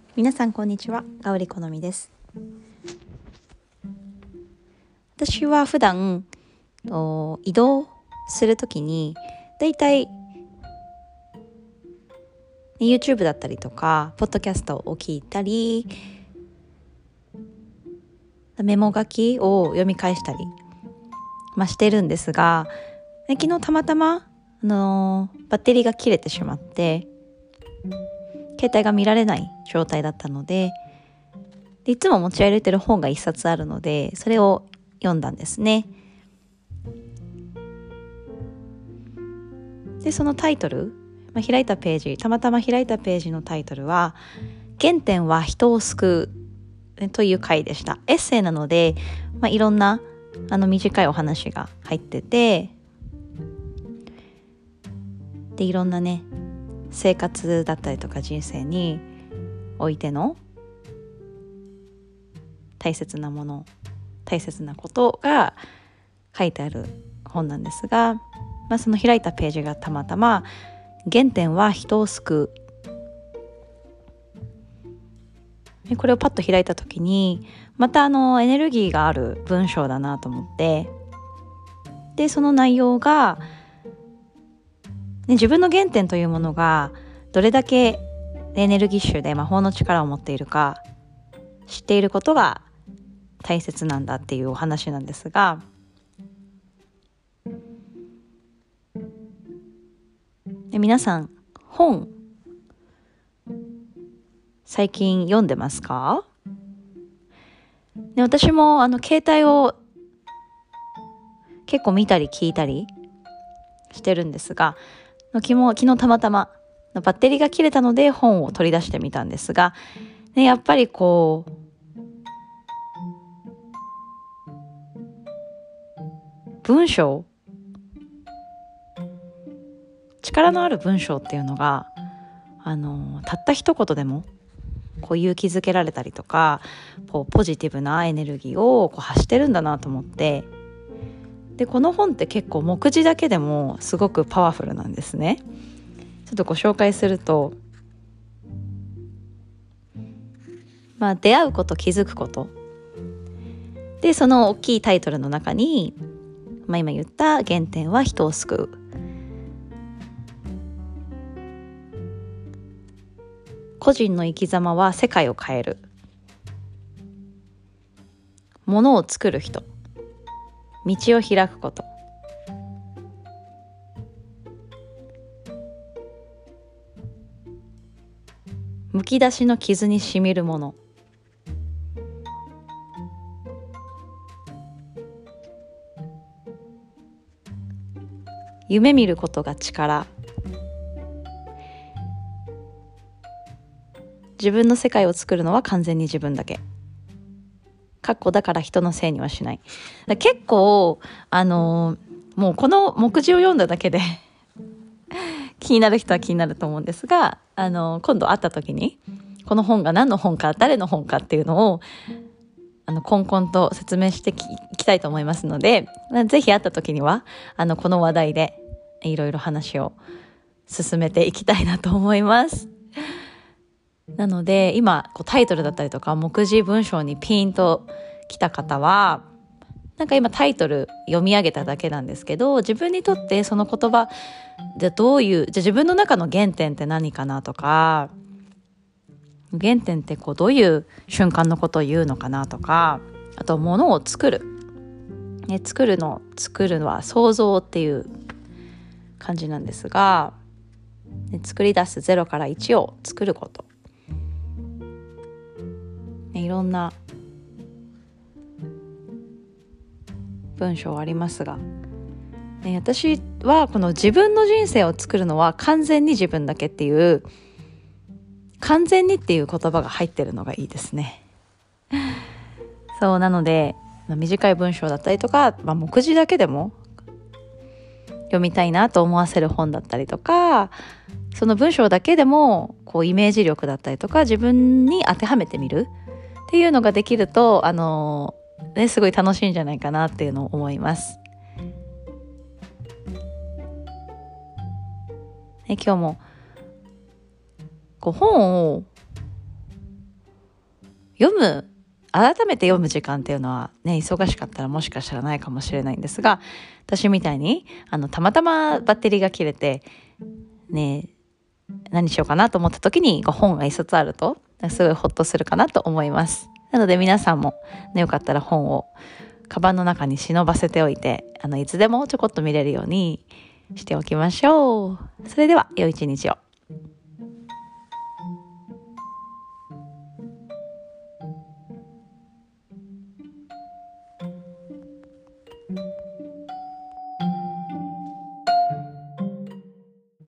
皆さんこんにちは、ガオリ好みです。私は普段移動するときにだいたい YouTube だったりとかポッドキャストを聞いたり、メモ書きを読み返したり、してるんですが、昨日たまたまバッテリーが切れてしまって携帯が見られない状態だったので、いつも持ち歩いてる本が一冊あるので、それを読んだんですね。で、そのタイトル、たまたま開いたページのタイトルは原点は人を救うという回でした。エッセイなので、いろんな短いお話が入ってて、でいろんなね、生活だったりとか人生においての大切なもの、大切なことが書いてある本なんですが、その開いたページがたまたま原点は人を救う。これをパッと開いた時にまたエネルギーがある文章だなと思って、でその内容が、自分の原点というものがどれだけエネルギッシュで魔法の力を持っているか知っていることが大切なんだっていうお話なんですが、皆さん本最近読んでますか？で、私も携帯を結構見たり聞いたりしてるんですが、昨日たまたまバッテリーが切れたので本を取り出してみたんですが、やっぱり文章、力のある文章っていうのがたった一言でも勇気づけられたりとか、ポジティブなエネルギーを発してるんだなと思って、でこの本って結構目次だけでもすごくパワフルなんですね。ちょっとご紹介すると、出会うこと、気づくことで、その大きいタイトルの中に、今言った原点は人を救う、個人の生き様は世界を変える、ものを作る人、道を開くこと、むき出しの傷にしみるもの、夢見ることが力、自分の世界を作るのは完全に自分だけ、だから人のせいにはしない。結構もうこの目次を読んだだけで気になる人は気になると思うんですが、今度会った時にこの本が何の本か、誰の本かっていうのをこんこんと説明していきたいと思いますので、ぜひ会った時にはこの話題でいろいろ話を進めていきたいなと思います。なので今タイトルだったりとか目次文章にピンと来た方は、今タイトル読み上げただけなんですけど、自分にとってその言葉で自分の中の原点って何かなとか、原点ってどういう瞬間のことを言うのかなとか、あと物を作る、作るのは創造っていう感じなんですが、作り出す0から1を作ること、いろんな文章ありますが、私はこの自分の人生を作るのは完全に自分だけっていう、完全にっていう言葉が入ってるのがいいですね。そうなので、短い文章だったりとか、目次だけでも読みたいなと思わせる本だったりとか、その文章だけでもイメージ力だったりとか自分に当てはめてみるっていうのができるとすごい楽しいんじゃないかなっていうのを思います。今日も本を改めて読む時間っていうのはね、忙しかったらもしかしたらないかもしれないんですが、私みたいに、たまたまバッテリーが切れて、ね、何しようかなと思った時に本が一冊あると、すごいホッとするかなと思います。なので皆さんも、ね、よかったら本をカバンの中に忍ばせておいて、いつでもちょこっと見れるようにしておきましょう。それでは、良い一日を。